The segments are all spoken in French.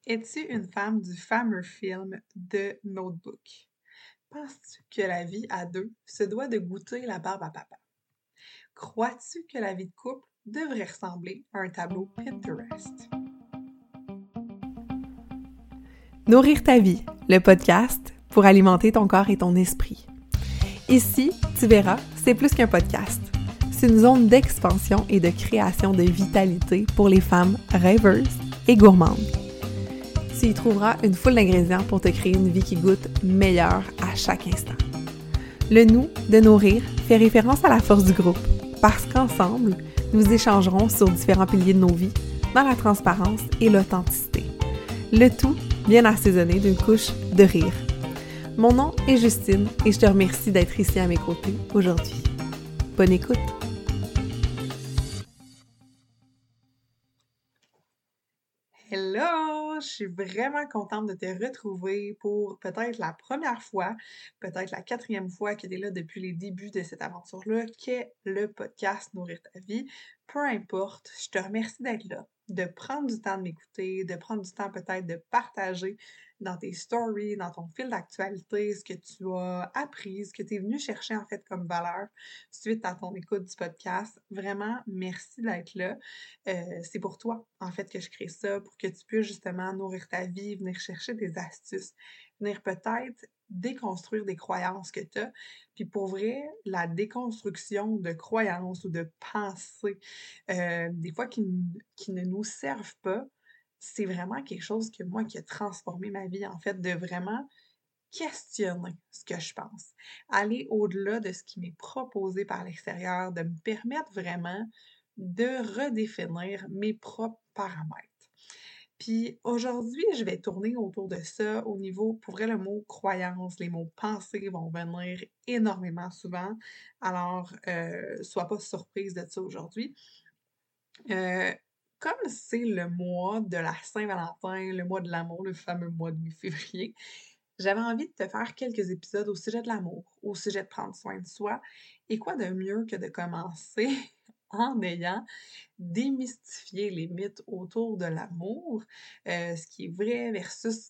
Es-tu une femme du fameux film The Notebook? Penses-tu que la vie à deux se doit de goûter la barbe à papa? Crois-tu que la vie de couple devrait ressembler à un tableau Pinterest? Nourrir ta vie, le podcast pour alimenter ton corps et ton esprit. Ici, tu verras, c'est plus qu'un podcast. C'est une zone d'expansion et de création de vitalité pour les femmes rêveuses et gourmandes. Tu y trouveras une foule d'ingrédients pour te créer une vie qui goûte meilleure à chaque instant. Le nous de nourrir fait référence à la force du groupe, parce qu'ensemble, nous échangerons sur différents piliers de nos vies dans la transparence et l'authenticité. Le tout bien assaisonné d'une couche de rire. Mon nom est Justine et je te remercie d'être ici à mes côtés aujourd'hui. Bonne écoute! Hello! Je suis vraiment contente de te retrouver pour peut-être la première fois, peut-être la quatrième fois que tu es là depuis les débuts de cette aventure-là, qu'est le podcast Nourrir ta vie. Peu importe, je te remercie d'être là, de prendre du temps de m'écouter, de prendre du temps peut-être de partager dans tes stories, dans ton fil d'actualité, ce que tu as appris, ce que tu es venu chercher en fait comme valeur suite à ton écoute du podcast. Vraiment, merci d'être là. C'est pour toi, en fait, que je crée ça, pour que tu puisses justement nourrir ta vie, venir chercher des astuces, venir peut-être déconstruire des croyances que tu as. Puis pour vrai, la déconstruction de croyances ou de pensées, des fois qui ne nous servent pas, c'est vraiment quelque chose que moi qui a transformé ma vie, en fait, de vraiment questionner ce que je pense, aller au-delà de ce qui m'est proposé par l'extérieur, de me permettre vraiment de redéfinir mes propres paramètres. Puis aujourd'hui, je vais tourner autour de ça au niveau, pour vrai, le mot croyance, les mots pensée vont venir énormément souvent. Alors, sois pas surprise de ça aujourd'hui. Euh, Comme c'est le mois de la Saint-Valentin, le mois de l'amour, le fameux mois de mi-février, j'avais envie de te faire quelques épisodes au sujet de l'amour, au sujet de prendre soin de soi. Et quoi de mieux que de commencer en ayant démystifié les mythes autour de l'amour, ce qui est vrai versus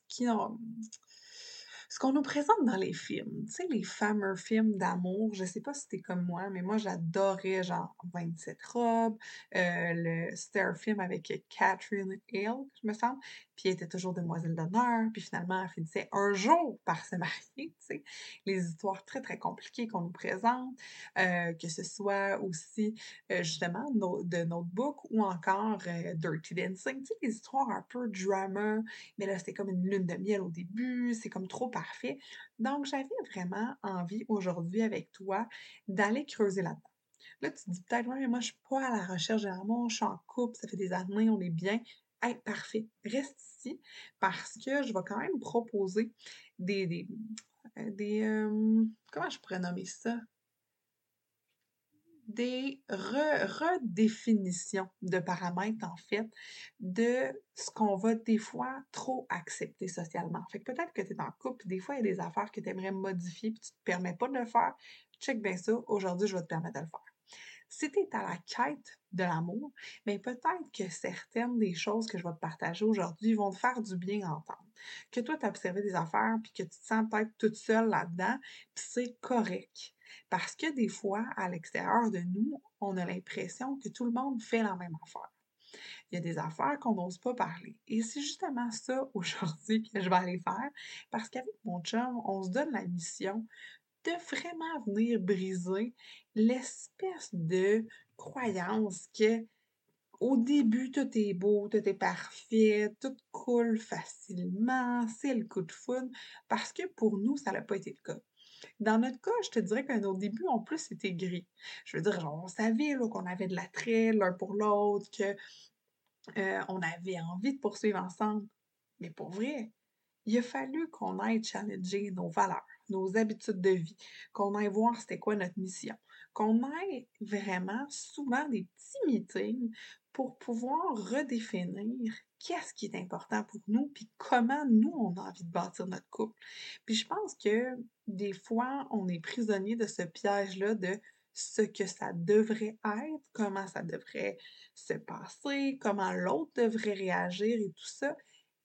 ce qu'on nous présente dans les films. Tu sais, les fameux films d'amour, je sais pas si t'es comme moi j'adorais genre 27 robes, c'était un film avec Catherine Hale, je me semble, puis elle était toujours demoiselle d'honneur, puis finalement elle finissait un jour par se marier, tu sais. Les histoires très très compliquées qu'on nous présente, que ce soit aussi justement de Notebook ou encore Dirty Dancing, tu sais, les histoires un peu drama, mais là, c'était comme une lune de miel au début, c'est comme trop parfait. Donc, j'avais vraiment envie aujourd'hui avec toi d'aller creuser là-dedans. Là, tu te dis peut-être, ouais, mais moi, je suis pas à la recherche de l'amour, je suis en couple, ça fait des années, on est bien. Hey, parfait, reste ici parce que je vais quand même proposer des, comment je pourrais nommer ça? Des redéfinitions de paramètres, en fait, de ce qu'on va des fois trop accepter socialement. Fait que peut-être que tu es en couple, puis des fois, il y a des affaires que tu aimerais modifier, puis tu te permets pas de le faire. Check bien ça. Aujourd'hui, je vais te permettre de le faire. Si tu es à la quête de l'amour, mais peut-être que certaines des choses que je vais te partager aujourd'hui vont te faire du bien à entendre. Que toi, tu as observé des affaires, puis que tu te sens peut-être toute seule là-dedans, puis c'est correct. Parce que des fois, à l'extérieur de nous, on a l'impression que tout le monde fait la même affaire. Il y a des affaires qu'on n'ose pas parler. Et c'est justement ça aujourd'hui que je vais aller faire, parce qu'avec mon chum, on se donne la mission de vraiment venir briser l'espèce de croyance que au début, tout est beau, tout est parfait, tout coule facilement, c'est le coup de foudre, parce que pour nous, ça n'a pas été le cas. Dans notre cas, je te dirais qu'au début, en plus, c'était gris. Je veux dire, genre, on savait là, qu'on avait de l'attrait l'un pour l'autre, que on avait envie de poursuivre ensemble. Mais pour vrai, il a fallu qu'on aille challenger nos valeurs, nos habitudes de vie, qu'on aille voir c'était quoi notre mission, qu'on aille vraiment souvent des petits meetings pour pouvoir redéfinir qu'est-ce qui est important pour nous, puis comment nous, on a envie de bâtir notre couple. Puis je pense que des fois, on est prisonnier de ce piège-là de ce que ça devrait être, comment ça devrait se passer, comment l'autre devrait réagir et tout ça.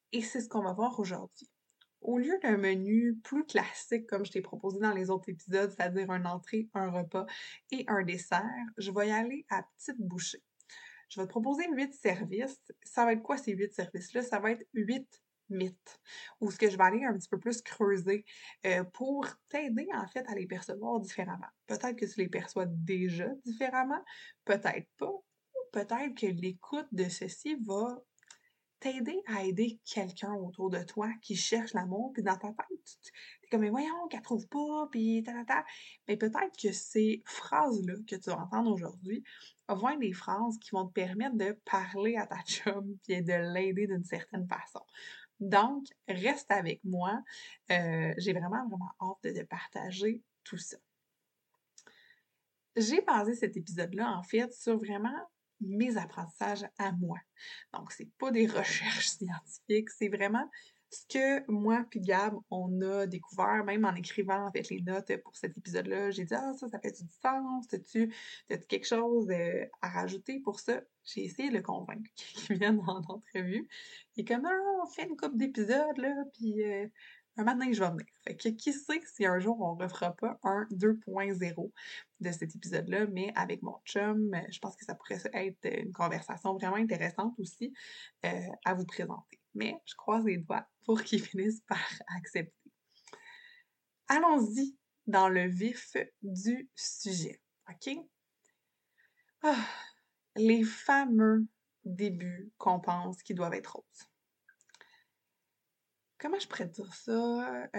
Et c'est ce qu'on va voir aujourd'hui. Au lieu d'un menu plus classique comme je t'ai proposé dans les autres épisodes, c'est-à-dire une entrée, un repas et un dessert, je vais y aller à petite bouchée. Je vais te proposer 8 services. Ça va être quoi ces 8 services-là? Ça va être 8 mythes, où ce que je vais aller un petit peu plus creuser pour t'aider en fait à les percevoir différemment. Peut-être que tu les perçois déjà différemment, peut-être pas, ou peut-être que l'écoute de ceci va t'aider à aider quelqu'un autour de toi qui cherche l'amour, puis dans ta tête, tu es comme, mais voyons, qu'elle trouve pas, puis ta. Mais peut-être que ces phrases-là que tu vas entendre aujourd'hui vont être des phrases qui vont te permettre de parler à ta chum, puis de l'aider d'une certaine façon. Donc, reste avec moi. J'ai vraiment, vraiment hâte de te partager tout ça. J'ai basé cet épisode-là, en fait, sur vraiment mes apprentissages à moi. Donc, c'est pas des recherches scientifiques, c'est vraiment ce que moi puis Gab, on a découvert, même en écrivant en fait les notes pour cet épisode-là. J'ai dit, ah, ça fait du sens, t'as-tu quelque chose à rajouter pour ça? J'ai essayé de le convaincre qu'il vienne en entrevue. Il est comme, ah, on fait une couple d'épisodes, là, puis un matin, je vais venir. Fait que qui sait si un jour on refera pas un 2.0 de cet épisode-là, mais avec mon chum, je pense que ça pourrait être une conversation vraiment intéressante aussi à vous présenter. Mais je croise les doigts pour qu'ils finissent par accepter. Allons-y dans le vif du sujet, OK? Ah, les fameux débuts qu'on pense qui doivent être roses. Comment je pourrais dire ça?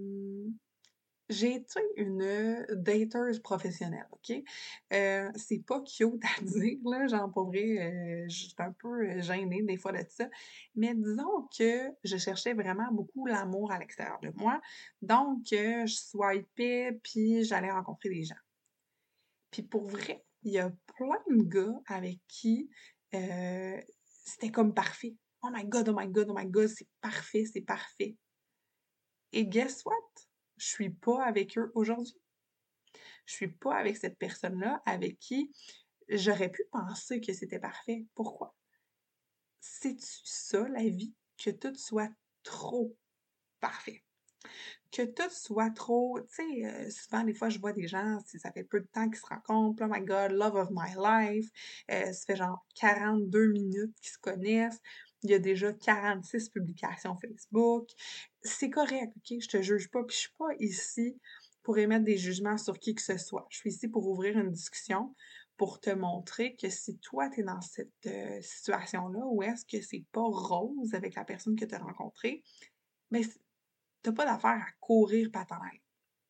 J'ai été une dateuse professionnelle, OK? C'est pas cute à dire, là, genre pour vrai, je suis un peu gênée des fois de ça. Mais disons que je cherchais vraiment beaucoup l'amour à l'extérieur de moi. Donc, je swipais, puis j'allais rencontrer des gens. Puis pour vrai, il y a plein de gars avec qui c'était comme parfait. Oh my God, oh my God, oh my God, c'est parfait, c'est parfait. Et guess what? Je suis pas avec eux aujourd'hui. Je suis pas avec cette personne-là avec qui j'aurais pu penser que c'était parfait. Pourquoi? C'est-tu ça, la vie? Que tout soit trop parfait? Que tout soit trop... Tu sais, souvent, des fois, je vois des gens, ça fait peu de temps qu'ils se rencontrent. Oh my God, love of my life. Ça fait genre 42 minutes qu'ils se connaissent. Il y a déjà 46 publications Facebook. C'est correct, OK? Je te juge pas. Puis je suis pas ici pour émettre des jugements sur qui que ce soit. Je suis ici pour ouvrir une discussion, pour te montrer que si toi, tu es dans cette situation-là, où est-ce que c'est pas rose avec la personne que tu as rencontrée, mais t'as pas d'affaire à courir paternelle.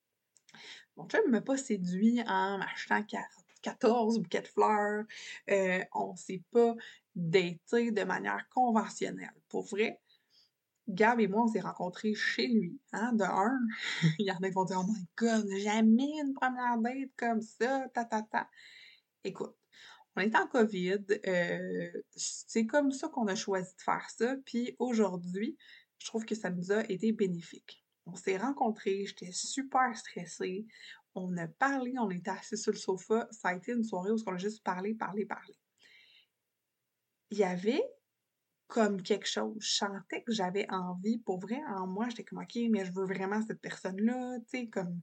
Mon chum ne m'a pas séduit en m'achetant 14 bouquets de fleurs. On s'est pas daté de manière conventionnelle. Pour vrai, Gab et moi, on s'est rencontrés chez lui. Hein, de un, il y en a qui vont dire « Oh my God, jamais une première date comme ça, ta. » Écoute, on était en COVID, c'est comme ça qu'on a choisi de faire ça, puis aujourd'hui, je trouve que ça nous a été bénéfique. On s'est rencontrés, j'étais super stressée, on a parlé, on était assis sur le sofa, ça a été une soirée où on a juste parlé. Il y avait comme quelque chose, je sentais que j'avais envie, pour vrai, en moi, j'étais comme « OK, mais je veux vraiment cette personne-là », tu sais, comme...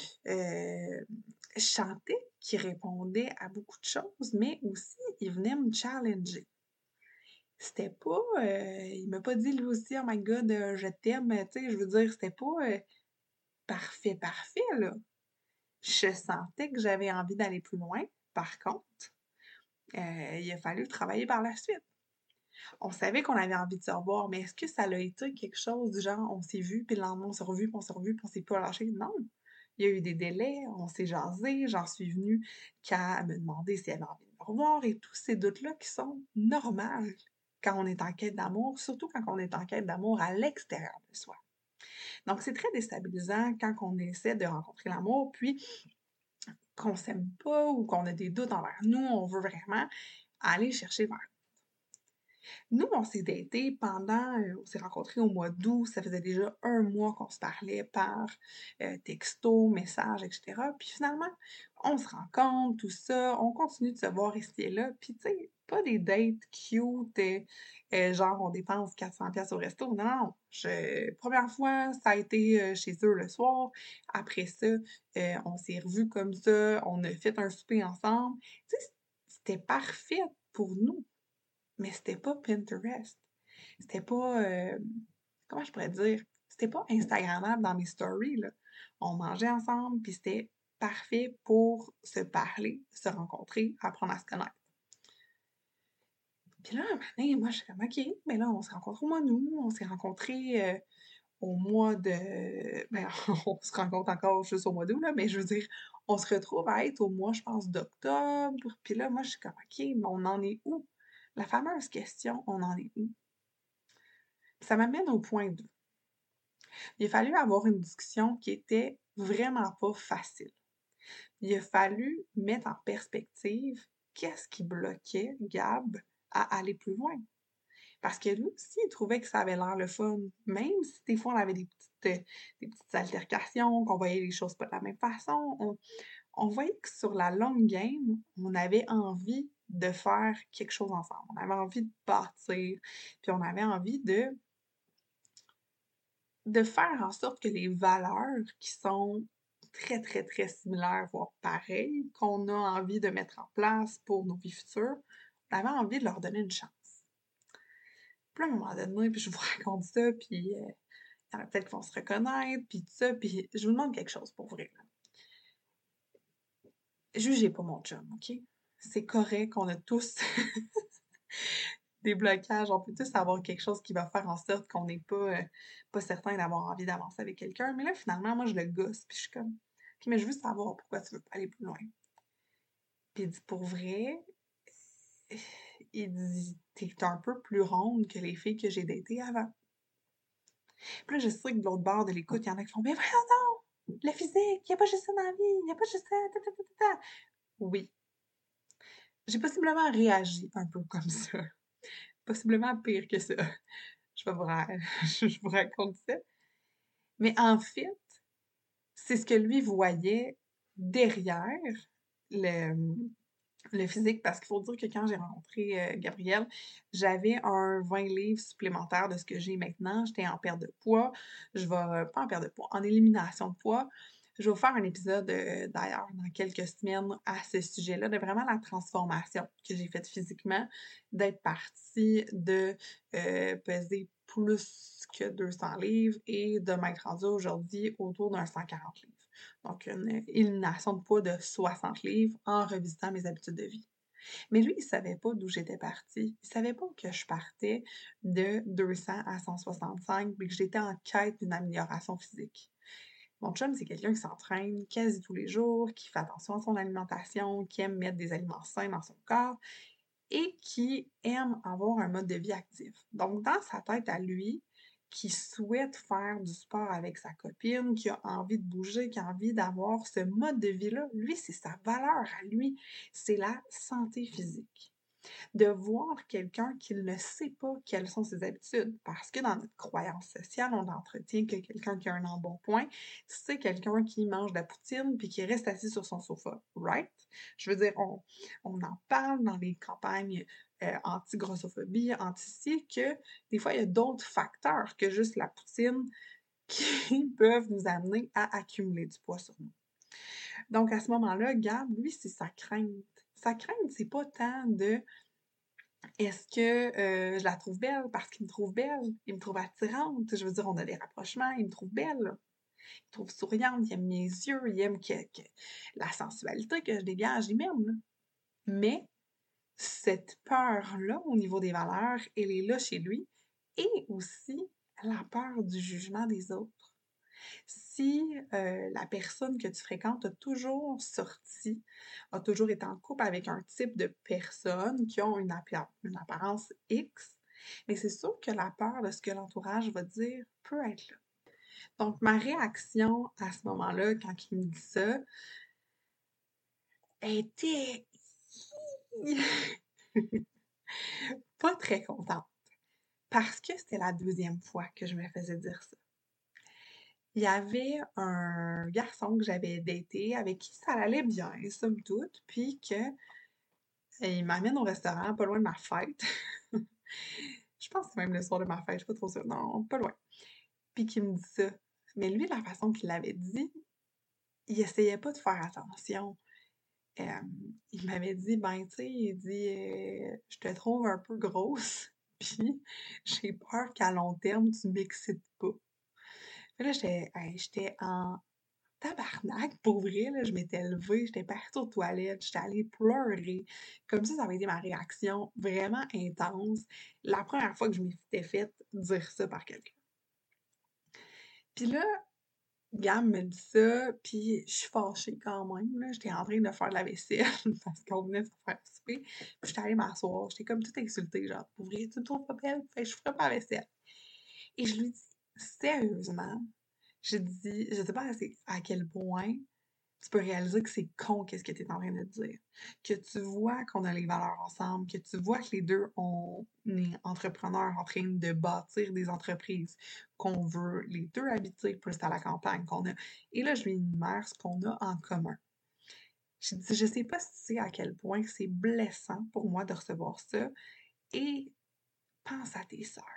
je sentais qu'il répondait à beaucoup de choses, mais aussi, il venait me challenger. C'était pas... il m'a pas dit lui aussi « Oh my God, je t'aime », tu sais, je veux dire, c'était pas parfait, là. Je sentais que j'avais envie d'aller plus loin. Par contre, il a fallu travailler par la suite. On savait qu'on avait envie de se revoir, mais est-ce que ça a été quelque chose du genre on s'est vu, puis le lendemain on s'est revu, puis on s'est revu, puis on s'est pas lâché? Non. Il y a eu des délais, on s'est jasé, j'en suis venue qu'à me demander si elle avait envie de me revoir et tous ces doutes-là qui sont normaux quand on est en quête d'amour, surtout quand on est en quête d'amour à l'extérieur de soi. Donc, c'est très déstabilisant quand on essaie de rencontrer l'amour, puis qu'on s'aime pas ou qu'on a des doutes envers nous, on veut vraiment aller chercher vers nous, on s'est datés pendant, on s'est rencontrés au mois d'août, ça faisait déjà 1 mois qu'on se parlait par texto, message, etc. Puis finalement, on se rencontre, tout ça, on continue de se voir ici et là, puis tu sais, pas des dates cute, genre on dépense 400$ au resto. Non, première fois, ça a été chez eux le soir. Après ça, on s'est revus comme ça, on a fait un souper ensemble. Tu sais, c'était parfait pour nous, mais c'était pas Pinterest. C'était pas, comment je pourrais dire? C'était pas Instagrammable dans mes stories, là. On mangeait ensemble, puis c'était parfait pour se parler, se rencontrer, apprendre à se connaître. Puis là, un matin, moi, je suis comme, OK, mais là, on s'est rencontrés au mois d'août, on s'est rencontrés au mois de... Ben, on se rencontre encore juste au mois d'août, là, mais je veux dire, on se retrouve à être au mois, je pense, d'octobre. Puis là, moi, je suis comme, OK, mais on en est où? La fameuse question, on en est où? Ça m'amène au point 2. Il a fallu avoir une discussion qui était vraiment pas facile. Il a fallu mettre en perspective qu'est-ce qui bloquait Gab à aller plus loin. Parce que lui aussi, il trouvait que ça avait l'air le fun, même si des fois on avait des petites altercations, qu'on voyait les choses pas de la même façon. On voyait que sur la longue game, on avait envie de faire quelque chose ensemble. On avait envie de bâtir, puis on avait envie de faire en sorte que les valeurs qui sont très, très, très similaires, voire pareilles, qu'on a envie de mettre en place pour nos vies futures, on avait envie de leur donner une chance. Puis à un moment donné, puis je vous raconte ça, puis il y en a peut-être qui vont se reconnaître, puis tout ça, puis je vous demande quelque chose pour vrai. Jugez pas mon chum, OK? C'est correct qu'on a tous des blocages, on peut tous avoir quelque chose qui va faire en sorte qu'on n'est pas certain d'avoir envie d'avancer avec quelqu'un, mais là, finalement, moi, je le gosse, puis je suis comme, OK, mais je veux savoir pourquoi tu veux pas aller plus loin. Puis il dit, pour vrai, il dit, t'es un peu plus ronde que les filles que j'ai datées avant. Puis là, je sais que de l'autre bord de l'écoute, il y en a qui font, mais voyons non, le physique, il n'y a pas juste ça dans la vie, il n'y a pas juste ça, ta, ta, ta, ta, ta. Oui. J'ai possiblement réagi un peu comme ça. Possiblement pire que ça. Je vous raconte ça. Mais en fait, c'est ce que lui voyait derrière le, le physique, parce qu'il faut dire que quand j'ai rencontré Gabriel, j'avais un 20 livres supplémentaire de ce que j'ai maintenant. J'étais en perte de poids. Pas en perte de poids, en élimination de poids. Je vais vous faire un épisode d'ailleurs dans quelques semaines à ce sujet-là, de vraiment la transformation que j'ai faite physiquement, d'être partie de peser plus que 200 livres et de m'être rendue aujourd'hui autour d'un 140 livres. Donc, une élimination de poids de 60 livres en revisitant mes habitudes de vie. Mais lui, il savait pas d'où j'étais partie. Il savait pas que je partais de 200 à 165 puis que j'étais en quête d'une amélioration physique. Mon chum, c'est quelqu'un qui s'entraîne quasi tous les jours, qui fait attention à son alimentation, qui aime mettre des aliments sains dans son corps et qui aime avoir un mode de vie actif. Donc, dans sa tête à lui, qui souhaite faire du sport avec sa copine, qui a envie de bouger, qui a envie d'avoir ce mode de vie-là, lui, c'est sa valeur à lui, c'est la santé physique. De voir quelqu'un qui ne sait pas quelles sont ses habitudes, parce que dans notre croyance sociale, on entretient que quelqu'un qui a un embonpoint, c'est quelqu'un qui mange de la poutine puis qui reste assis sur son sofa, right? Je veux dire, on en parle dans les campagnes anti-grossophobie, anti-ci, que des fois, il y a d'autres facteurs que juste la poutine qui peuvent nous amener à accumuler du poids sur nous. Donc, à ce moment-là, Gab, lui, c'est sa crainte. Sa crainte, c'est pas tant de est-ce que je la trouve belle parce qu'il me trouve belle, il me trouve attirante, je veux dire, on a des rapprochements, il me trouve belle, il me trouve souriante, il aime mes yeux, il aime que la sensualité que je dégage, il m'aime, là. Mais cette peur-là au niveau des valeurs, elle est là chez lui, et aussi la peur du jugement des autres. Si la personne que tu fréquentes a toujours sorti, a toujours été en couple avec un type de personne qui ont une apparence X, mais c'est sûr que la peur de ce que l'entourage va dire peut être là. Donc, ma réaction à ce moment-là, quand il me dit ça, était pas très contente. Parce que c'était la deuxième fois que je me faisais dire ça. Il y avait un garçon que j'avais daté avec qui ça allait bien, somme toute, puis que il m'amène au restaurant pas loin de ma fête. Je pense que c'est même le soir de ma fête, je suis pas trop sûre. Non, pas loin. Puis qu'il me dit ça. Mais lui, la façon qu'il l'avait dit, il essayait pas de faire attention. Il m'avait dit, ben, tu sais, il dit, je te trouve un peu grosse, puis j'ai peur qu'à long terme, tu m'excites pas. Puis là, j'étais en tabarnak, pour vrai, là, je m'étais levée, j'étais partie aux toilettes, j'étais allée pleurer. Comme ça avait été ma réaction vraiment intense. La première fois que je m'étais fait dire ça par quelqu'un. Puis là, Gab me dit ça, puis je suis fâchée quand même, là. J'étais en train de faire de la vaisselle parce qu'on venait de se faire souper. Puis j'étais allée m'asseoir, j'étais comme toute insultée, genre, pour vrai, tu me trouves pas belle? Fait que je ferais pas la vaisselle. Et je lui dis, sérieusement, je dis, je sais pas à quel point tu peux réaliser que c'est con qu'est-ce que tu es en train de dire. Que tu vois qu'on a les valeurs ensemble, que tu vois que les deux, on est entrepreneurs en train de bâtir des entreprises, qu'on veut les deux habiter plus à la campagne, qu'on a. Et là, je lui énumère ce qu'on a en commun. Je dis, je sais pas si tu sais à quel point c'est blessant pour moi de recevoir ça. Et pense à tes sœurs.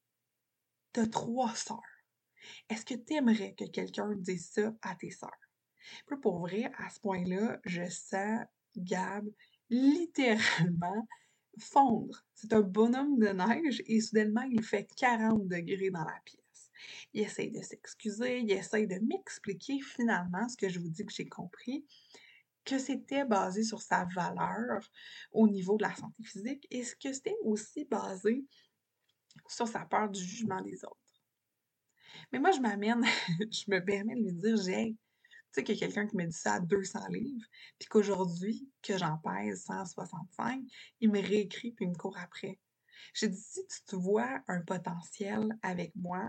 T'as 3 sœurs. Est-ce que tu aimerais que quelqu'un dise ça à tes sœurs? Puis pour vrai, à ce point-là, je sens Gab littéralement fondre. C'est un bonhomme de neige et soudainement, il fait 40 degrés dans la pièce. Il essaye de s'excuser, il essaye de m'expliquer finalement ce que je vous dis que j'ai compris, que c'était basé sur sa valeur au niveau de la santé physique et ce que c'était aussi basé sur sa peur du jugement des autres. Mais moi, je me permets de lui dire, tu sais, qu'il y a quelqu'un qui me dit ça à 200 livres, puis qu'aujourd'hui, que j'en pèse 165, il me réécrit puis il me court après. J'ai dit, si tu te vois un potentiel avec moi,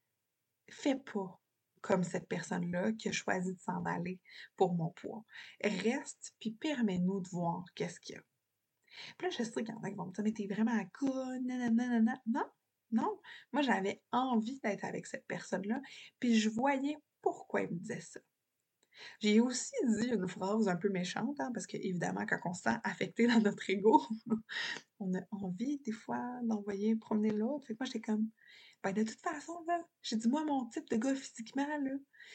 fais pas comme cette personne-là qui a choisi de s'en aller pour mon poids. Reste, puis permets-nous de voir qu'est-ce qu'il y a. Puis là, je sais qu'il y en a qui vont me dire, mais t'es vraiment conne, nanana. Non, non. Moi, j'avais envie d'être avec cette personne-là, puis je voyais pourquoi il me disait ça. J'ai aussi dit une phrase un peu méchante, hein, parce qu'évidemment, quand on se sent affecté dans notre ego, on a envie des fois d'envoyer promener l'autre. Fait que moi, j'étais comme, ben de toute façon, là, j'ai dit, moi, mon type de gars physiquement, là,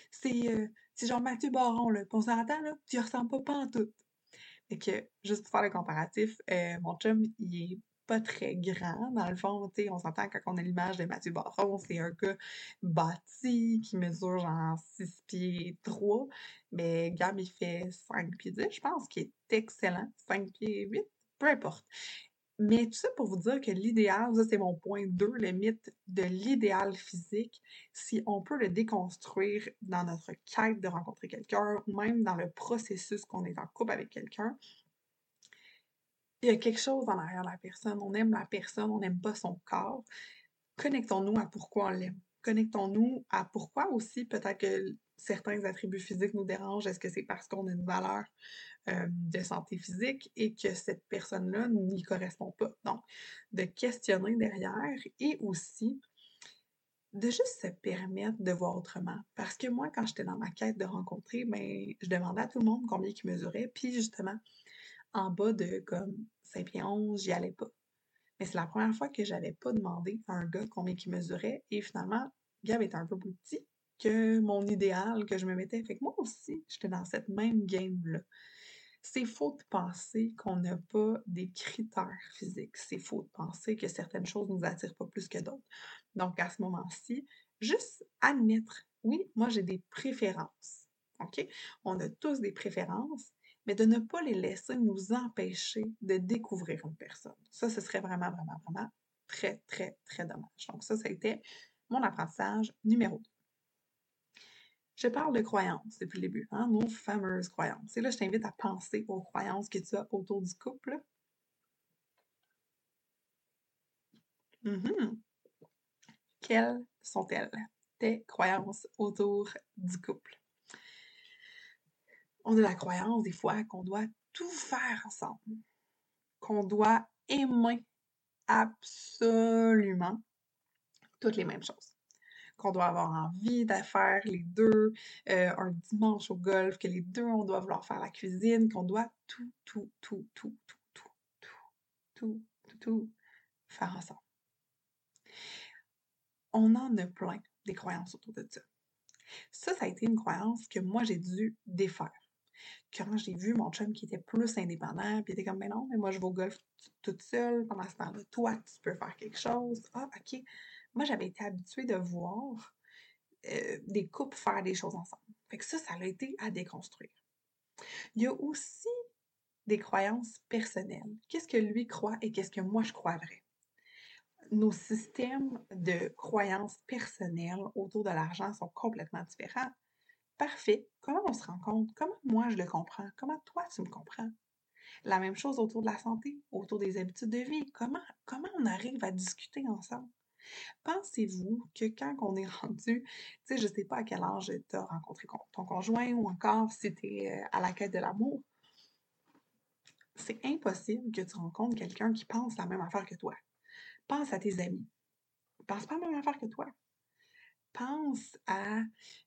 c'est genre Mathieu Baron, là. Puis on s'entend, là, tu ressembles pas pantoute. Fait que, juste pour faire le comparatif, mon chum, il est pas très grand. Dans le fond, tu sais, on s'entend quand on a l'image de Mathieu Baron, c'est un gars bâti, qui mesure genre 6 pieds 3. Mais Gab, il fait 5 pieds 10, je pense, qui est excellent. 5 pieds 8, peu importe. Mais tout ça pour vous dire que l'idéal, ça c'est mon point 2, le mythe de l'idéal physique, si on peut le déconstruire dans notre quête de rencontrer quelqu'un ou même dans le processus qu'on est en couple avec quelqu'un, il y a quelque chose en arrière de la personne. On aime la personne, on n'aime pas son corps. Connectons-nous à pourquoi on l'aime. Connectons-nous à pourquoi aussi peut-être que certains attributs physiques nous dérangent. Est-ce que c'est parce qu'on a une valeur de santé physique et que cette personne-là n'y correspond pas? Donc, de questionner derrière et aussi de juste se permettre de voir autrement. Parce que moi, quand j'étais dans ma quête de rencontrer, ben, je demandais à tout le monde combien il mesurait, puis justement, en bas de comme 5 pieds 11, j'y allais pas. Mais c'est la première fois que j'avais pas demandé à un gars combien il mesurait. Et finalement, Gab était un peu plus petit que mon idéal que je me mettais. Fait que moi aussi, j'étais dans cette même game-là. C'est faux de penser qu'on n'a pas des critères physiques. C'est faux de penser que certaines choses nous attirent pas plus que d'autres. Donc, à ce moment-ci, juste admettre, oui, moi j'ai des préférences. OK? On a tous des préférences, mais de ne pas les laisser nous empêcher de découvrir une personne. Ça, ce serait vraiment, vraiment, vraiment très, très, très dommage. Donc ça a été mon apprentissage numéro 2. Je parle de croyances depuis le début, hein, nos fameuses croyances. Et là, je t'invite à penser aux croyances que tu as autour du couple. Quelles sont-elles, tes croyances autour du couple? On a la croyance, des fois, qu'on doit tout faire ensemble, qu'on doit aimer absolument toutes les mêmes choses, qu'on doit avoir envie de faire les deux un dimanche au golf, que les deux, on doit vouloir faire la cuisine, qu'on doit tout faire ensemble. On en a plein des croyances autour de ça. Ça a été une croyance que moi, j'ai dû défaire. Quand j'ai vu mon chum qui était plus indépendant, puis il était comme, mais non, mais moi, je vais au golf toute seule pendant ce temps-là. Toi, tu peux faire quelque chose. Ah, OK. Moi, j'avais été habituée de voir des couples faire des choses ensemble. Fait que ça a été à déconstruire. Il y a aussi des croyances personnelles. Qu'est-ce que lui croit et qu'est-ce que moi, je crois vrai? Nos systèmes de croyances personnelles autour de l'argent sont complètement différents. Parfait. Comment on se rend compte? Comment moi je le comprends? Comment toi tu me comprends? La même chose autour de la santé, autour des habitudes de vie. Comment on arrive à discuter ensemble? Pensez-vous que quand on est rendu, tu sais, je sais pas à quel âge tu as rencontré ton conjoint ou encore si tu es à la quête de l'amour, c'est impossible que tu rencontres quelqu'un qui pense la même affaire que toi. Pense à tes amis. Pense pas à la même affaire que toi. Pense à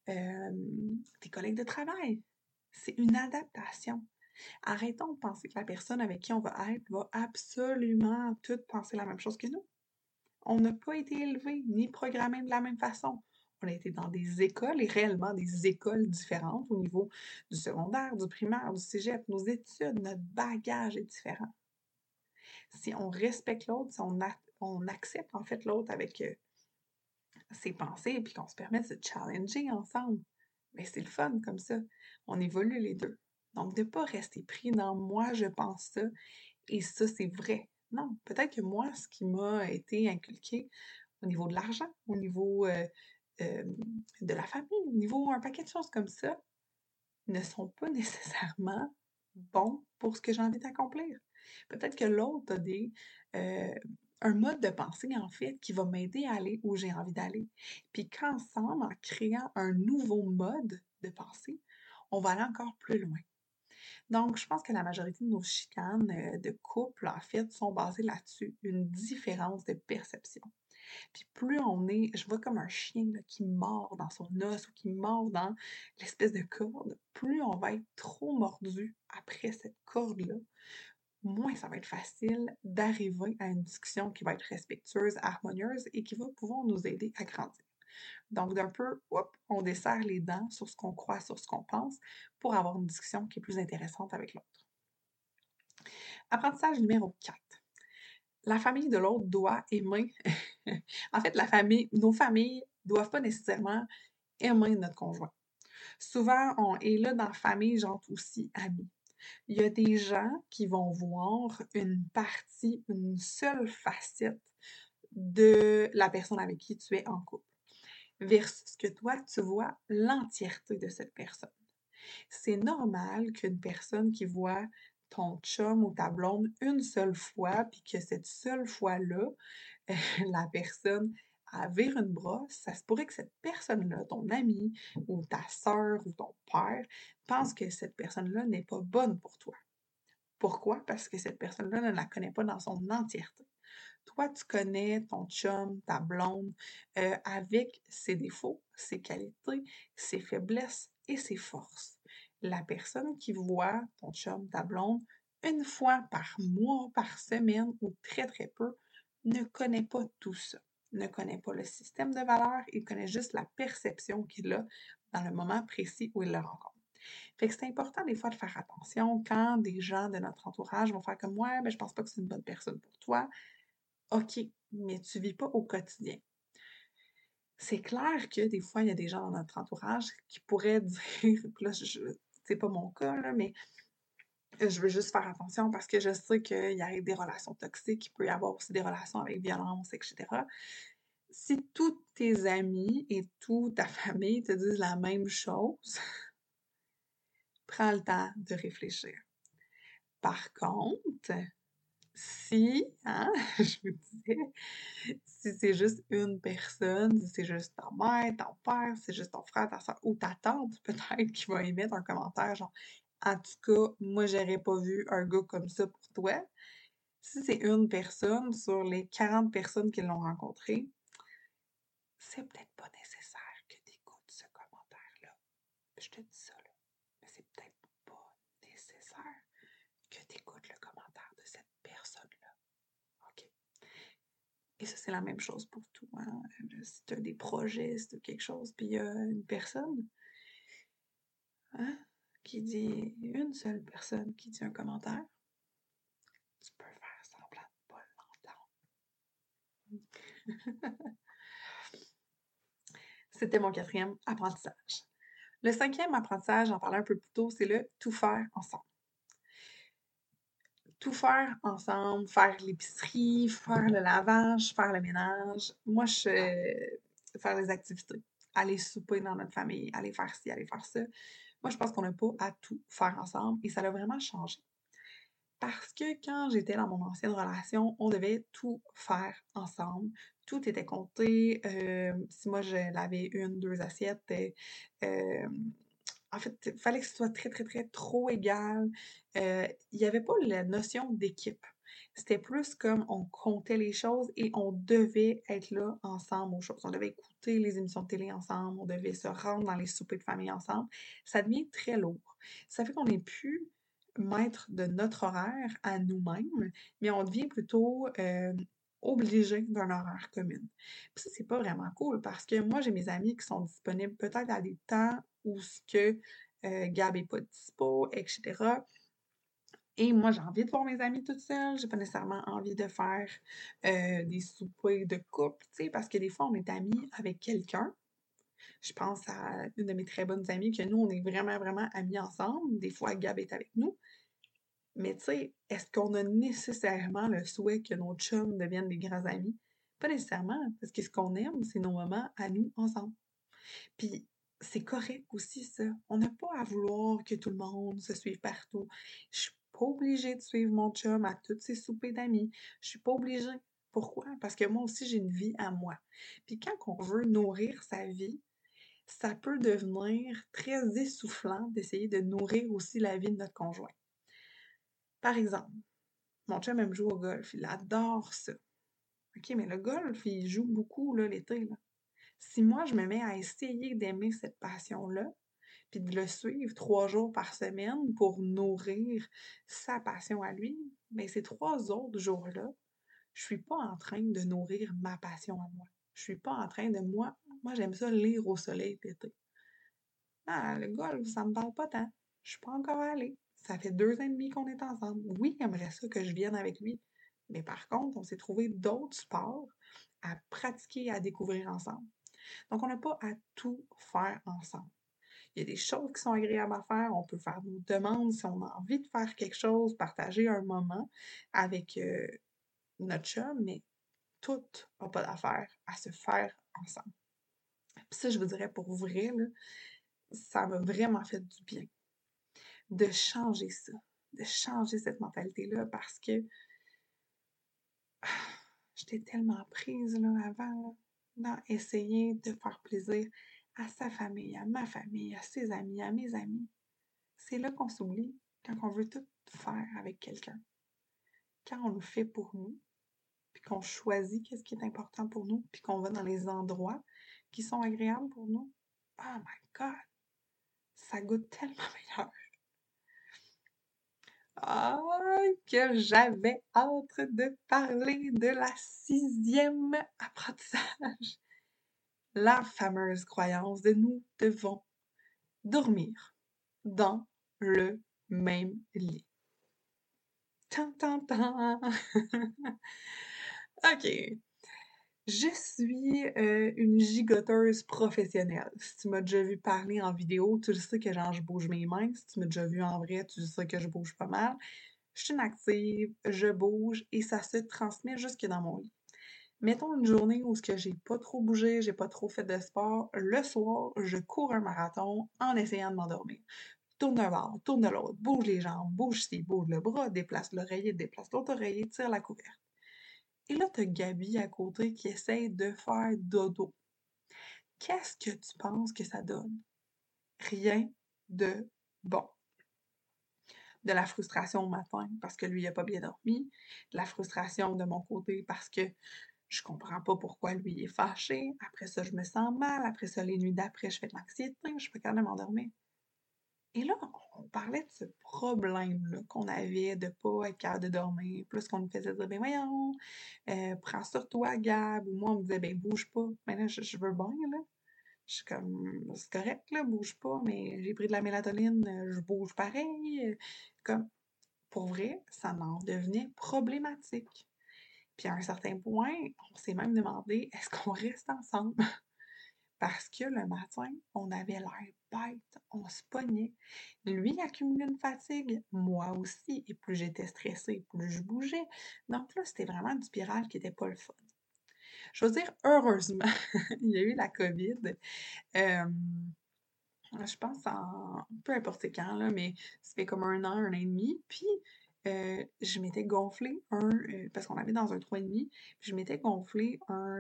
tes collègues de travail. C'est une adaptation. Arrêtons de penser que la personne avec qui on va être va absolument toutes penser la même chose que nous. On n'a pas été élevés ni programmés de la même façon. On a été dans des écoles et réellement des écoles différentes au niveau du secondaire, du primaire, du cégep. Nos études, notre bagage est différent. Si on respecte l'autre, si on accepte en fait l'autre avec ses pensées puis qu'on se permet de se challenger ensemble, bien, c'est le fun comme ça. On évolue les deux. Donc, de ne pas rester pris dans moi, je pense ça et ça, c'est vrai. Non, peut-être que moi, ce qui m'a été inculqué au niveau de l'argent, au niveau de la famille, au niveau un paquet de choses comme ça, ne sont pas nécessairement bons pour ce que j'ai envie d'accomplir. Peut-être que l'autre a un mode de pensée, en fait, qui va m'aider à aller où j'ai envie d'aller. Puis qu'ensemble, en créant un nouveau mode de pensée, on va aller encore plus loin. Donc, je pense que la majorité de nos chicanes de couple, en fait, sont basées là-dessus, une différence de perception. Puis plus on est, je vois comme un chien là, qui mord dans son os ou qui mord dans l'espèce de corde, plus on va être trop mordu après cette corde-là, moins ça va être facile d'arriver à une discussion qui va être respectueuse, harmonieuse et qui va pouvoir nous aider à grandir. Donc, d'un peu, on desserre les dents sur ce qu'on croit, sur ce qu'on pense, pour avoir une discussion qui est plus intéressante avec l'autre. Apprentissage numéro 4. La famille de l'autre doit aimer. En fait, nos familles ne doivent pas nécessairement aimer notre conjoint. Souvent, on est là dans la famille, genre aussi amis. Il y a des gens qui vont voir une partie, une seule facette de la personne avec qui tu es en couple, versus que toi, tu vois l'entièreté de cette personne. C'est normal qu'une personne qui voit ton chum ou ta blonde une seule fois, puis que cette seule fois-là, la personne vire une brosse, ça se pourrait que cette personne-là, ton ami ou ta sœur ou ton père, pense que cette personne-là n'est pas bonne pour toi. Pourquoi? Parce que cette personne-là ne la connaît pas dans son entièreté. Toi, tu connais ton chum, ta blonde, avec ses défauts, ses qualités, ses faiblesses et ses forces. La personne qui voit ton chum, ta blonde, une fois par mois, par semaine ou très très peu, ne connaît pas tout ça, ne connaît pas le système de valeurs, il connaît juste la perception qu'il a dans le moment précis où il le rencontre. Fait que c'est important des fois de faire attention quand des gens de notre entourage vont faire comme moi, je pense pas que c'est une bonne personne pour toi. OK, mais tu vis pas au quotidien. C'est clair que des fois, il y a des gens dans notre entourage qui pourraient dire, puis là, c'est pas mon cas, là, mais je veux juste faire attention parce que je sais qu'il y a des relations toxiques, il peut y avoir aussi des relations avec violence, etc. Si tous tes amis et toute ta famille te disent la même chose, prends le temps de réfléchir. Par contre, si, je vous disais, si c'est juste une personne, si c'est juste ta mère, ton père, si c'est juste ton frère, ta soeur ou ta tante, peut-être, qui va émettre un commentaire genre en tout cas, moi, j'aurais pas vu un gars comme ça pour toi. Si c'est une personne sur les 40 personnes qui l'ont rencontré, c'est peut-être pas nécessaire que tu écoutes ce commentaire-là. Je te dis ça, là. Mais c'est peut-être pas nécessaire que tu écoutes le commentaire de cette personne-là. OK? Et ça, c'est la même chose pour tout. Hein? Si tu as des projets, si tu as quelque chose, puis il y a une personne, hein, une seule personne qui dit un commentaire, tu peux faire semblant de pas l'entendre. C'était mon 4e apprentissage. Le 5e apprentissage, j'en parlais un peu plus tôt, c'est le tout faire ensemble. Tout faire ensemble, faire l'épicerie, faire le lavage, faire le ménage. Moi, faire les activités, aller souper dans notre famille, aller faire ci, aller faire ça. Moi, je pense qu'on n'a pas à tout faire ensemble et ça a vraiment changé. Parce que quand j'étais dans mon ancienne relation, on devait tout faire ensemble. Tout était compté. Si moi, je lavais 1, 2 assiettes, en fait, il fallait que ce soit très, très, très trop égal. Il n'y avait pas la notion d'équipe. C'était plus comme on comptait les choses et on devait être là ensemble aux choses. On devait écouter les émissions de télé ensemble, on devait se rendre dans les soupers de famille ensemble. Ça devient très lourd. Ça fait qu'on n'est plus maître de notre horaire à nous-mêmes, mais on devient plutôt obligé d'un horaire commun. Puis ça, c'est pas vraiment cool parce que moi, j'ai mes amis qui sont disponibles peut-être à des temps où ce que Gab n'est pas dispo, etc. Et moi, j'ai envie de voir mes amis toute seule. J'ai pas nécessairement envie de faire des soupers de couple, tu sais, parce que des fois, on est amis avec quelqu'un. Je pense à une de mes très bonnes amies que nous, on est vraiment, vraiment amis ensemble. Des fois, Gab est avec nous. Mais tu sais, est-ce qu'on a nécessairement le souhait que nos chums deviennent des grands amis? Pas nécessairement, parce que ce qu'on aime, c'est nos moments à nous ensemble. Puis c'est correct aussi, ça. On n'a pas à vouloir que tout le monde se suive partout. Je suis pas obligée de suivre mon chum à tous ses soupers d'amis. Je suis pas obligée. Pourquoi? Parce que moi aussi, j'ai une vie à moi. Puis quand on veut nourrir sa vie, ça peut devenir très essoufflant d'essayer de nourrir aussi la vie de notre conjoint. Par exemple, mon chum aime jouer au golf. Il adore ça. OK, mais le golf, il joue beaucoup là, l'été. Là. Si moi, je me mets à essayer d'aimer cette passion-là, puis de le suivre 3 jours par semaine pour nourrir sa passion à lui, bien, ces 3 autres jours-là, je suis pas en train de nourrir ma passion à moi. Je suis pas en train de, moi j'aime ça lire au soleil l'été. Ah, le golf, ça me parle pas tant. Je suis pas encore allée. Ça fait 2 ans et demi qu'on est ensemble. Oui, il aimerait ça que je vienne avec lui. Mais par contre, on s'est trouvé d'autres sports à pratiquer et à découvrir ensemble. Donc, on n'a pas à tout faire ensemble. Il y a des choses qui sont agréables à faire. On peut faire nos demandes si on a envie de faire quelque chose, partager un moment avec notre chum, mais tout n'a pas d'affaire à se faire ensemble. Puis ça, je vous dirais pour vrai, là, ça m'a vraiment fait du bien de changer ça, de changer cette mentalité-là parce que j'étais tellement prise là, avant dans essayer de faire plaisir à sa famille, à ma famille, à ses amis, à mes amis. C'est là qu'on s'oublie quand on veut tout faire avec quelqu'un. Quand on le fait pour nous, puis qu'on choisit qu'est-ce qui est important pour nous, puis qu'on va dans les endroits qui sont agréables pour nous. Oh my God! Ça goûte tellement meilleur. Ah, que j'avais hâte de parler de la 6e apprentissage. La fameuse croyance de nous devons dormir dans le même lit. Tan, tan, tan! OK. Je suis une gigoteuse professionnelle. Si tu m'as déjà vu parler en vidéo, tu le sais que genre je bouge mes mains. Si tu m'as déjà vu en vrai, tu sais que je bouge pas mal. Je suis une active, je bouge et ça se transmet jusque dans mon lit. Mettons une journée où j'ai pas trop bougé, j'ai pas trop fait de sport. Le soir, je cours un marathon en essayant de m'endormir. Tourne d'un bord, tourne de l'autre, bouge les jambes, bouge ci, bouge le bras, déplace l'oreiller, déplace l'autre oreiller, tire la couverte. Et là, t'as Gabi à côté qui essaye de faire dodo. Qu'est-ce que tu penses que ça donne? Rien de bon. De la frustration au matin parce que lui, il n'a pas bien dormi. De la frustration de mon côté parce que je comprends pas pourquoi lui est fâché. Après ça, je me sens mal. Après ça, les nuits d'après, je fais de l'anxiété. Je suis pas capable de m'endormir. Et là, on parlait de ce problème-là qu'on avait de pas être capable de dormir. Plus qu'on nous faisait dire, ben voyons, prends sur toi, Gab. Ou moi, on me disait, ben bouge pas. Mais là, je veux bien, là. Je suis comme, c'est correct, là, bouge pas, mais j'ai pris de la mélatonine, je bouge pareil. Comme, pour vrai, ça en devenait problématique. Puis à un certain point, on s'est même demandé, est-ce qu'on reste ensemble? Parce que le matin, on avait l'air bête, on se pognait. Lui accumulait une fatigue, moi aussi, et plus j'étais stressée, plus je bougeais. Donc là, c'était vraiment une spirale qui n'était pas le fun. Je veux dire, heureusement, il y a eu la COVID. Euh, je pense en peu importe quand, là, mais ça fait comme un an et demi. Puis je m'étais gonflé parce qu'on avait dans un 3,5, puis je m'étais gonflé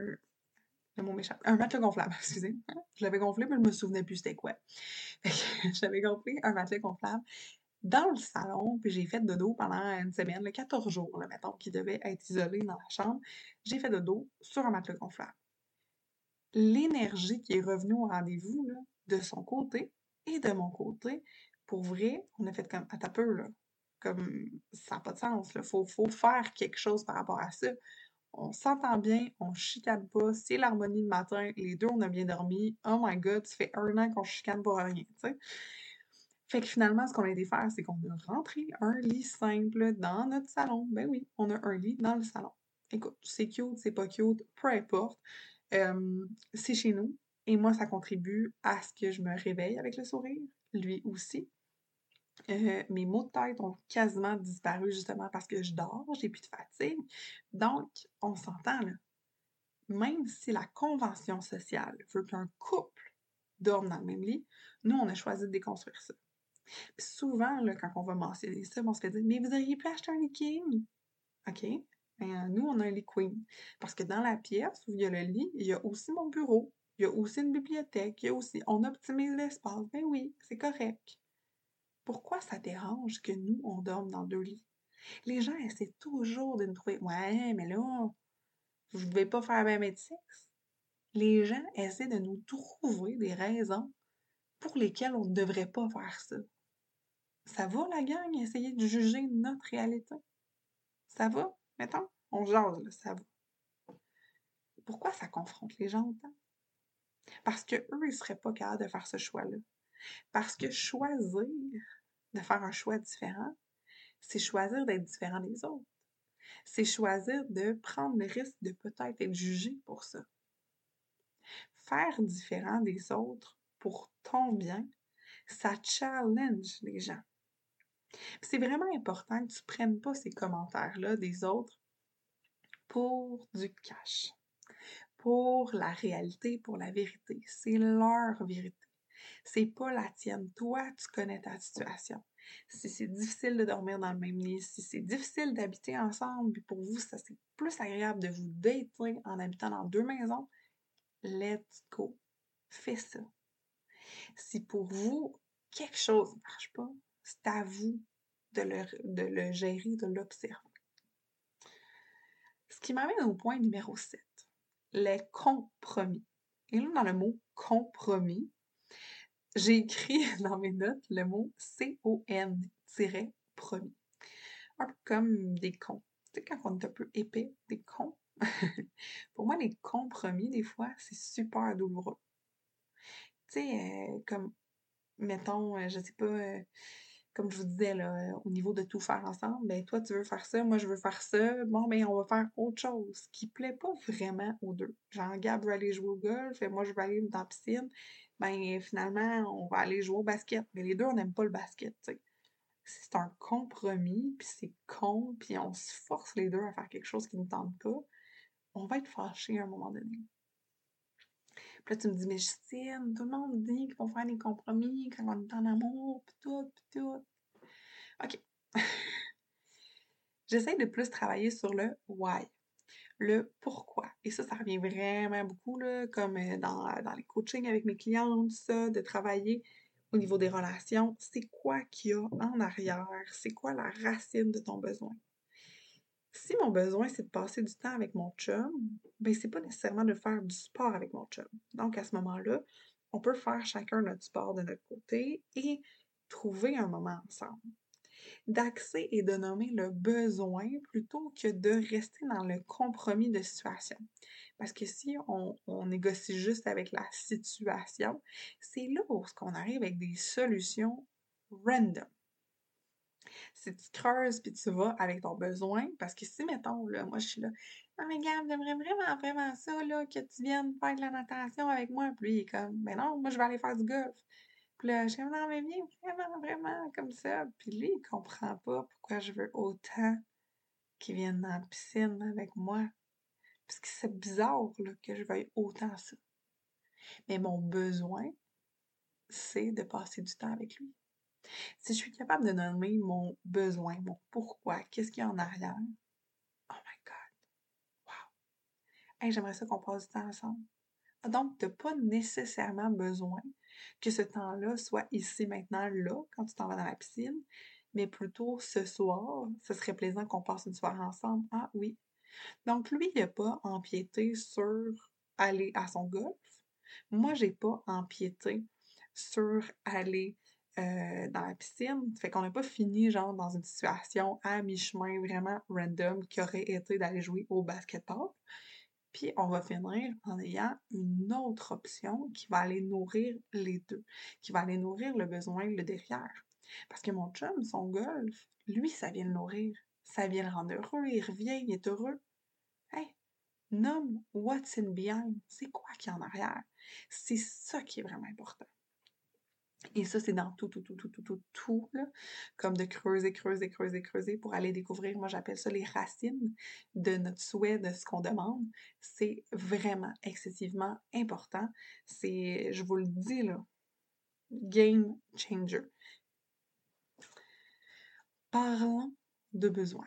le mot m'échappe, un matelas gonflable, excusez. Je l'avais gonflé, mais je me souvenais plus c'était quoi. J'avais gonflé un matelas gonflable dans le salon, puis j'ai fait dodo pendant une semaine, 14 jours, là, mettons, qui devait être isolé dans la chambre. J'ai fait dodo sur un matelas gonflable. L'énergie qui est revenue au rendez-vous, là, de son côté et de mon côté, pour vrai, on a fait comme, à ta peu, là. Comme, ça n'a pas de sens, là. Faut faire quelque chose par rapport à ça. On s'entend bien, on chicane pas, c'est l'harmonie le matin, les deux on a bien dormi. Oh my god, ça fait un an qu'on chicane pour rien, tu sais. Fait que finalement, ce qu'on a été faire, c'est qu'on a rentré un lit simple dans notre salon. Ben oui, on a un lit dans le salon. Écoute, c'est cute, c'est pas cute, peu importe. C'est chez nous. Et moi, ça contribue à ce que je me réveille avec le sourire. Lui aussi. Mes maux de tête ont quasiment disparu justement parce que je dors, j'ai plus de fatigue. Donc, on s'entend là. Même si la convention sociale veut qu'un couple dorme dans le même lit, nous, on a choisi de déconstruire ça. Puis souvent, là, quand on va mentionner ça, on se fait dire, mais vous auriez pu acheter un lit king. OK. Nous, on a un lit queen. Parce que dans la pièce où il y a le lit, il y a aussi mon bureau, il y a aussi une bibliothèque, il y a aussi. On optimise l'espace. Ben oui, c'est correct. Pourquoi ça dérange que nous, on dorme dans 2 lits? Les gens essaient toujours de nous trouver. Ouais, mais là, vous ne devez pas faire la même sexe. Les gens essaient de nous trouver des raisons pour lesquelles on ne devrait pas faire ça. Ça va, la gang, essayer de juger notre réalité? Ça va? Mettons, on jase, là, ça va. Pourquoi ça confronte les gens autant? Parce qu'eux, ils ne seraient pas capables de faire ce choix-là. Parce que choisir de faire un choix différent, c'est choisir d'être différent des autres. C'est choisir de prendre le risque de peut-être être jugé pour ça. Faire différent des autres pour ton bien, ça challenge les gens. C'est vraiment important que tu ne prennes pas ces commentaires-là des autres pour du cash, pour la réalité, pour la vérité. C'est leur vérité. C'est pas la tienne. Toi, tu connais ta situation. Si c'est difficile de dormir dans le même lit, si c'est difficile d'habiter ensemble, puis pour vous, ça c'est plus agréable de vous dater en habitant dans 2 maisons, let's go. Fais ça. Si pour vous, quelque chose ne marche pas, c'est à vous de le gérer, de l'observer. Ce qui m'amène au point numéro 7, les compromis. Et là, dans le mot compromis, j'ai écrit dans mes notes le mot C-O-N-promis. Un peu comme des cons. Tu sais, quand on est un peu épais, des cons. Pour moi, les compromis, des fois, c'est super douloureux. Tu sais, comme, mettons, je sais pas, comme je vous disais, là, au niveau de tout faire ensemble, ben toi, tu veux faire ça, moi, je veux faire ça. Bon, ben, on va faire autre chose qui plaît pas vraiment aux deux. Genre, Gab veut aller jouer au golf, et moi, je vais aller dans la piscine. Ben, finalement, on va aller jouer au basket. Mais les deux, on n'aime pas le basket, tu sais. C'est un compromis, puis c'est con, puis on se force les deux à faire quelque chose qui ne tente pas. On va être fâchés à un moment donné. Puis là, tu me dis, mais Justine, tout le monde dit qu'ils vont faire des compromis quand on est en amour, pis tout, pis tout. OK. J'essaie de plus travailler sur le why, le pourquoi. Et ça revient vraiment beaucoup, là, comme dans les coachings avec mes clientes, tout ça, de travailler au niveau des relations. C'est quoi qu'il y a en arrière? C'est quoi la racine de ton besoin? Si mon besoin, c'est de passer du temps avec mon chum, ben c'est pas nécessairement de faire du sport avec mon chum. Donc, à ce moment-là, on peut faire chacun notre sport de notre côté et trouver un moment ensemble, d'axer et de nommer le besoin plutôt que de rester dans le compromis de situation. Parce que si on négocie juste avec la situation, c'est là où on arrive avec des solutions random. Si tu creuses puis tu vas avec ton besoin, parce que si, mettons, là, moi je suis là, ah mais Gab, j'aimerais vraiment, vraiment ça, là, que tu viennes faire de la natation avec moi. Puis lui, il est comme, ben non, moi je vais aller faire du golf. Puis là, je suis comme, non, mais viens vraiment, vraiment, comme ça. Puis lui, il comprend pas pourquoi je veux autant qu'il vienne dans la piscine avec moi. Parce que c'est bizarre, là, que je veuille autant ça. Mais mon besoin, c'est de passer du temps avec lui. Si je suis capable de nommer mon besoin, mon pourquoi, qu'est-ce qu'il y a en arrière, oh my God, wow! Hey, j'aimerais ça qu'on passe du temps ensemble. Donc, tu n'as pas nécessairement besoin que ce temps-là soit ici, maintenant, là, quand tu t'en vas dans la piscine, mais plutôt ce soir, ce serait plaisant qu'on passe une soirée ensemble. Ah oui. Donc, lui, il n'a pas empiété sur aller à son golf. Moi, j'ai pas empiété sur aller dans la piscine. Fait qu'on n'a pas fini, genre, dans une situation à mi-chemin vraiment random qui aurait été d'aller jouer au basketball. Puis on va finir en ayant une autre option qui va aller nourrir les deux, qui va aller nourrir le besoin, le derrière. Parce que mon chum, son golf, lui, ça vient le nourrir. Ça vient le rendre heureux, il revient, il est heureux. Hey, nomme what's in behind. C'est quoi qui est en arrière? C'est ça qui est vraiment important. Et ça, c'est dans tout, là, comme de creuser pour aller découvrir, moi j'appelle ça les racines de notre souhait, de ce qu'on demande. C'est vraiment excessivement important. C'est, je vous le dis là, game changer. Parlons de besoins.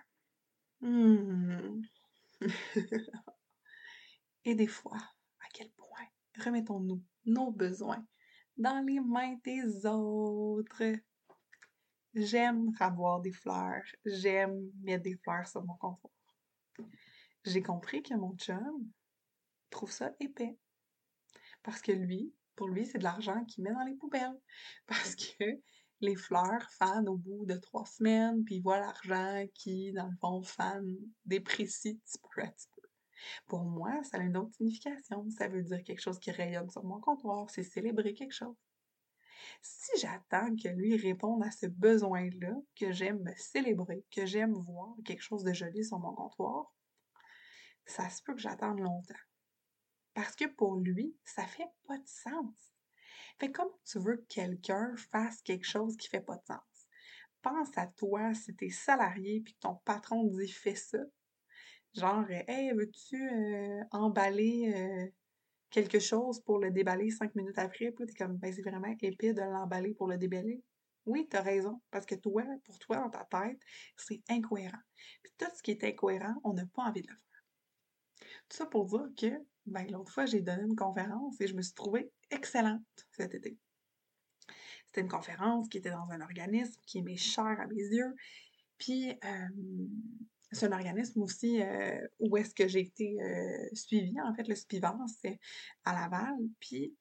Et des fois, à quel point remettons-nous nos besoins dans les mains des autres. J'aime avoir des fleurs. J'aime mettre des fleurs sur mon comptoir. J'ai compris que mon chum trouve ça épais. Parce que lui, pour lui, c'est de l'argent qu'il met dans les poubelles. Parce que les fleurs fanent au bout de 3 semaines, puis il voit l'argent qui, dans le fond, fane, déprécie petit peu à petit peu. Pour moi, ça a une autre signification. Ça veut dire quelque chose qui rayonne sur mon comptoir. C'est célébrer quelque chose. Si j'attends que lui réponde à ce besoin-là, que j'aime me célébrer, que j'aime voir quelque chose de joli sur mon comptoir, ça se peut que j'attende longtemps. Parce que pour lui, ça fait pas de sens. Fait comment tu veux que quelqu'un fasse quelque chose qui fait pas de sens? Pense à toi si t'es salarié puis que ton patron te dit fais ça. Genre, hey, veux-tu emballer quelque chose pour le déballer 5 minutes après? Puis là, t'es comme, ben c'est vraiment épais de l'emballer pour le déballer. Oui, t'as raison, parce que toi, pour toi, dans ta tête, c'est incohérent. Puis tout ce qui est incohérent, on n'a pas envie de le faire. Tout ça pour dire que, ben l'autre fois, j'ai donné une conférence et je me suis trouvée excellente cet été. C'était une conférence qui était dans un organisme qui m'est cher à mes yeux. Puis, c'est un organisme aussi où est-ce que j'ai été suivie. En fait, le suivant, c'est à Laval. Puis,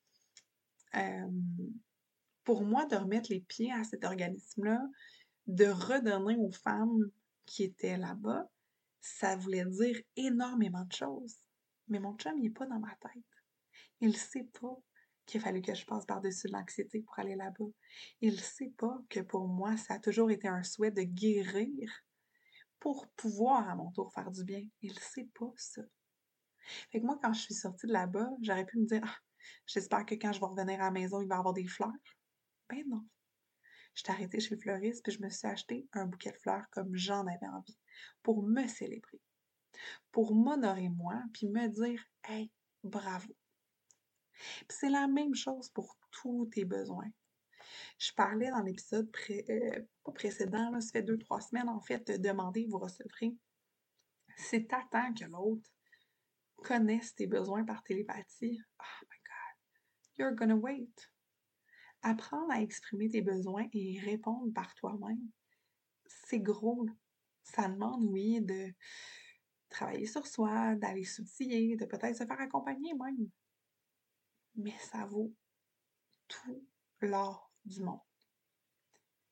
pour moi, de remettre les pieds à cet organisme-là, de redonner aux femmes qui étaient là-bas, ça voulait dire énormément de choses. Mais mon chum, il n'est pas dans ma tête. Il ne sait pas qu'il a fallu que je passe par-dessus l'anxiété pour aller là-bas. Il ne sait pas que pour moi, ça a toujours été un souhait de guérir pour pouvoir à mon tour faire du bien. Il ne sait pas ça. Fait que moi, quand je suis sortie de là-bas, j'aurais pu me dire ah, j'espère que quand je vais revenir à la maison, il va y avoir des fleurs. Ben non. Je suis arrêtée chez le fleuriste puis je me suis acheté un bouquet de fleurs comme j'en avais envie pour me célébrer, pour m'honorer moi puis me dire hey, bravo. Puis c'est la même chose pour tous tes besoins. Je parlais dans l'épisode pas précédent, là, ça fait 2-3 semaines en fait, de demander, vous recevrez. Si t'attends que l'autre connaisse tes besoins par télépathie, oh my God, you're gonna wait. Apprendre à exprimer tes besoins et y répondre par toi-même, c'est gros. Ça demande, oui, de travailler sur soi, d'aller s'outiller, de peut-être se faire accompagner même. Mais ça vaut tout l'or du monde.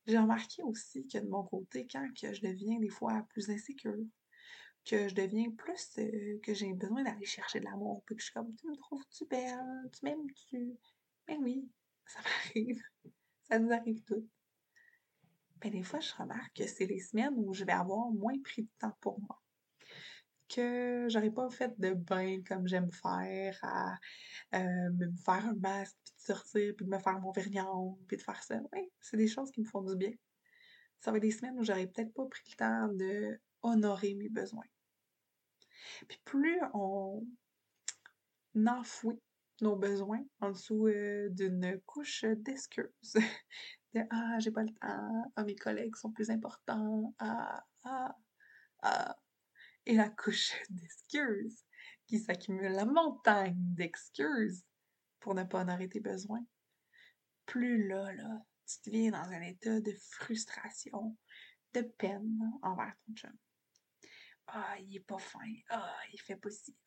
J'ai remarqué aussi que de mon côté, quand que je deviens des fois plus insécure, que je deviens plus, que j'ai besoin d'aller chercher de l'amour, puis que je suis comme, tu me trouves-tu belle? Tu m'aimes-tu? Ben oui, ça m'arrive. Ça nous arrive toutes. Ben des fois, je remarque que c'est les semaines où je vais avoir moins pris de temps pour moi. Que j'aurais pas fait de bain comme j'aime faire, à me faire un masque, puis de sortir, puis de me faire mon vernis à ongles, puis de faire ça. Oui, c'est des choses qui me font du bien. Ça va être des semaines où j'aurais peut-être pas pris le temps de honorer mes besoins. Puis plus on enfouit nos besoins en dessous d'une couche d'excuses. De ah, j'ai pas le temps, ah, mes collègues sont plus importants, ah. Et la couche d'excuses qui s'accumule, la montagne d'excuses pour ne pas honorer tes besoins. Plus là, tu deviens dans un état de frustration, de peine envers ton chum. Ah, il est pas fin. Ah, il fait pas ci.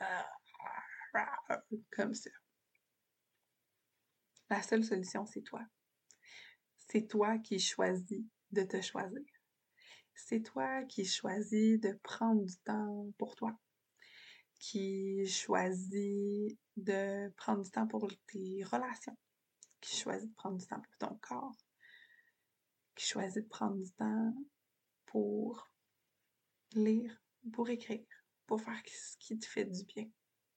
Comme ça. La seule solution, c'est toi. C'est toi qui choisis de te choisir. C'est toi qui choisis de prendre du temps pour toi. Qui choisit de prendre du temps pour tes relations. Qui choisit de prendre du temps pour ton corps. Qui choisit de prendre du temps pour lire, pour écrire, pour faire ce qui te fait du bien.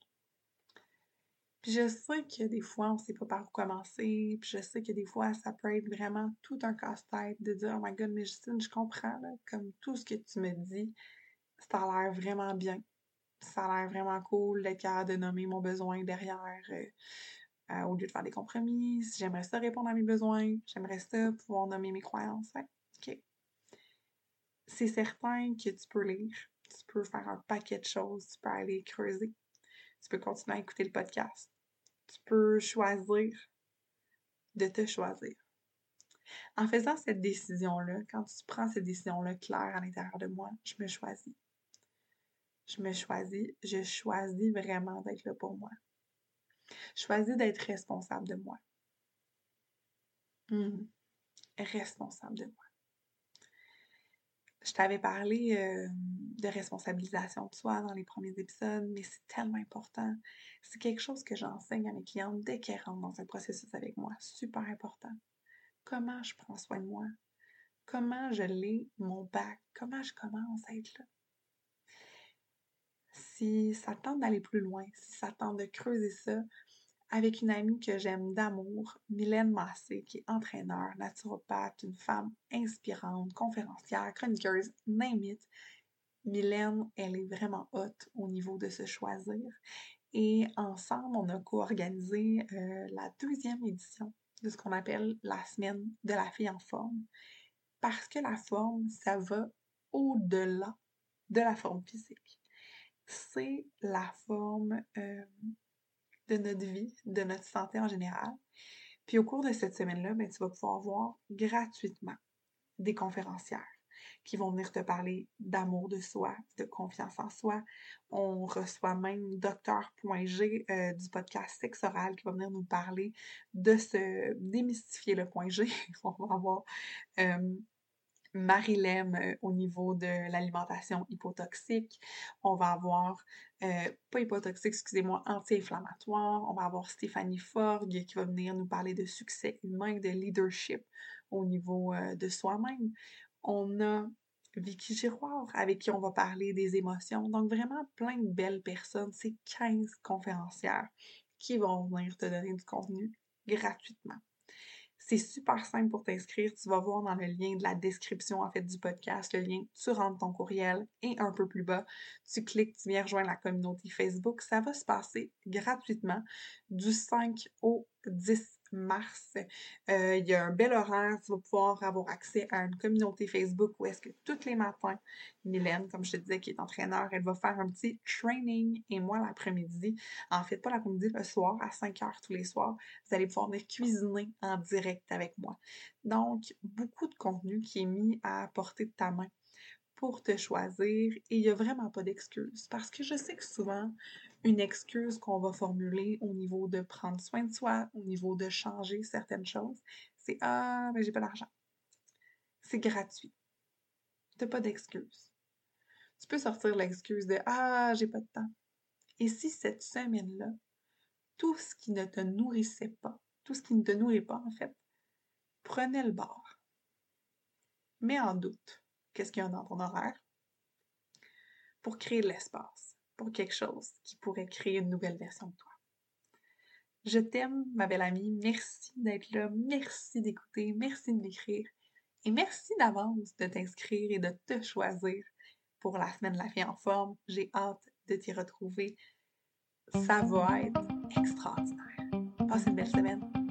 Puis je sais que des fois, on ne sait pas par où commencer, puis je sais que des fois, ça peut être vraiment tout un casse-tête de dire « Oh my God, mais Justine, je comprends, là, comme tout ce que tu me dis, ça a l'air vraiment bien. Ça a l'air vraiment cool d'être capable de nommer mon besoin derrière, au lieu de faire des compromis. Si j'aimerais ça répondre à mes besoins, j'aimerais ça pouvoir nommer mes croyances. Ouais, OK. C'est certain que tu peux lire, tu peux faire un paquet de choses, tu peux aller creuser, tu peux continuer à écouter le podcast. Tu peux choisir de te choisir. En faisant cette décision-là, quand tu prends cette décision-là claire à l'intérieur de moi, je me choisis. Je me choisis, je choisis vraiment d'être là pour moi. Je choisis d'être responsable de moi. Responsable de moi. Je t'avais parlé de responsabilisation de soi dans les premiers épisodes, mais c'est tellement important. C'est quelque chose que j'enseigne à mes clientes dès qu'elles rentrent dans un processus avec moi. Super important. Comment je prends soin de moi? Comment je l'ai, mon bac? Comment je commence à être là? Si ça tente d'aller plus loin, si ça tente de creuser ça, avec une amie que j'aime d'amour, Mylène Massé, qui est entraîneur, naturopathe, une femme inspirante, conférencière, chroniqueuse, name it. Mylène, elle est vraiment haute au niveau de se choisir. Et ensemble, on a co-organisé la 2e édition de ce qu'on appelle la semaine de la fille en forme. Parce que la forme, ça va au-delà de la forme physique. C'est la forme de notre vie, de notre santé en général. Puis au cours de cette semaine-là, ben, tu vas pouvoir voir gratuitement des conférencières qui vont venir te parler d'amour de soi, de confiance en soi. On reçoit même Dr.G du podcast Sexe Oral qui va venir nous parler de se démystifier le point G. On va avoir Marie-Lem au niveau de l'alimentation hypotoxique. On va avoir, pas hypotoxique, excusez-moi, anti-inflammatoire. On va avoir Stéphanie Forgue qui va venir nous parler de succès humain, de leadership au niveau de soi-même. On a Vicky Giroir avec qui on va parler des émotions. Donc vraiment plein de belles personnes. C'est 15 conférencières qui vont venir te donner du contenu gratuitement. C'est super simple pour t'inscrire. Tu vas voir dans le lien de la description en fait du podcast, le lien, tu rentres ton courriel et un peu plus bas, tu cliques, tu viens rejoindre la communauté Facebook. Ça va se passer gratuitement du 5 au 10 mars. Il y a un bel horaire. Tu vas pouvoir avoir accès à une communauté Facebook où est-ce que tous les matins, Mylène, comme je te disais, qui est entraîneur, elle va faire un petit training et moi l'après-midi, en fait pas l'après-midi, le soir à 5h tous les soirs, vous allez pouvoir venir cuisiner en direct avec moi. Donc, beaucoup de contenu qui est mis à portée de ta main pour te choisir et il n'y a vraiment pas d'excuse parce que je sais que souvent, une excuse qu'on va formuler au niveau de prendre soin de soi, au niveau de changer certaines choses, c'est « Ah, mais j'ai pas d'argent. » C'est gratuit. T'as pas d'excuse. Tu peux sortir l'excuse de « Ah, j'ai pas de temps ». Et si cette semaine-là, tout ce qui ne te nourrissait pas, tout ce qui ne te nourrit pas en fait, prenait le bord. Mets en doute qu'est-ce qu'il y a dans ton horaire pour créer de l'espace pour quelque chose qui pourrait créer une nouvelle version de toi. Je t'aime, ma belle amie. Merci d'être là. Merci d'écouter. Merci de m'écrire. Et merci d'avance de t'inscrire et de te choisir pour la semaine de la fille en forme. J'ai hâte de t'y retrouver. Ça va être extraordinaire. Passe une belle semaine.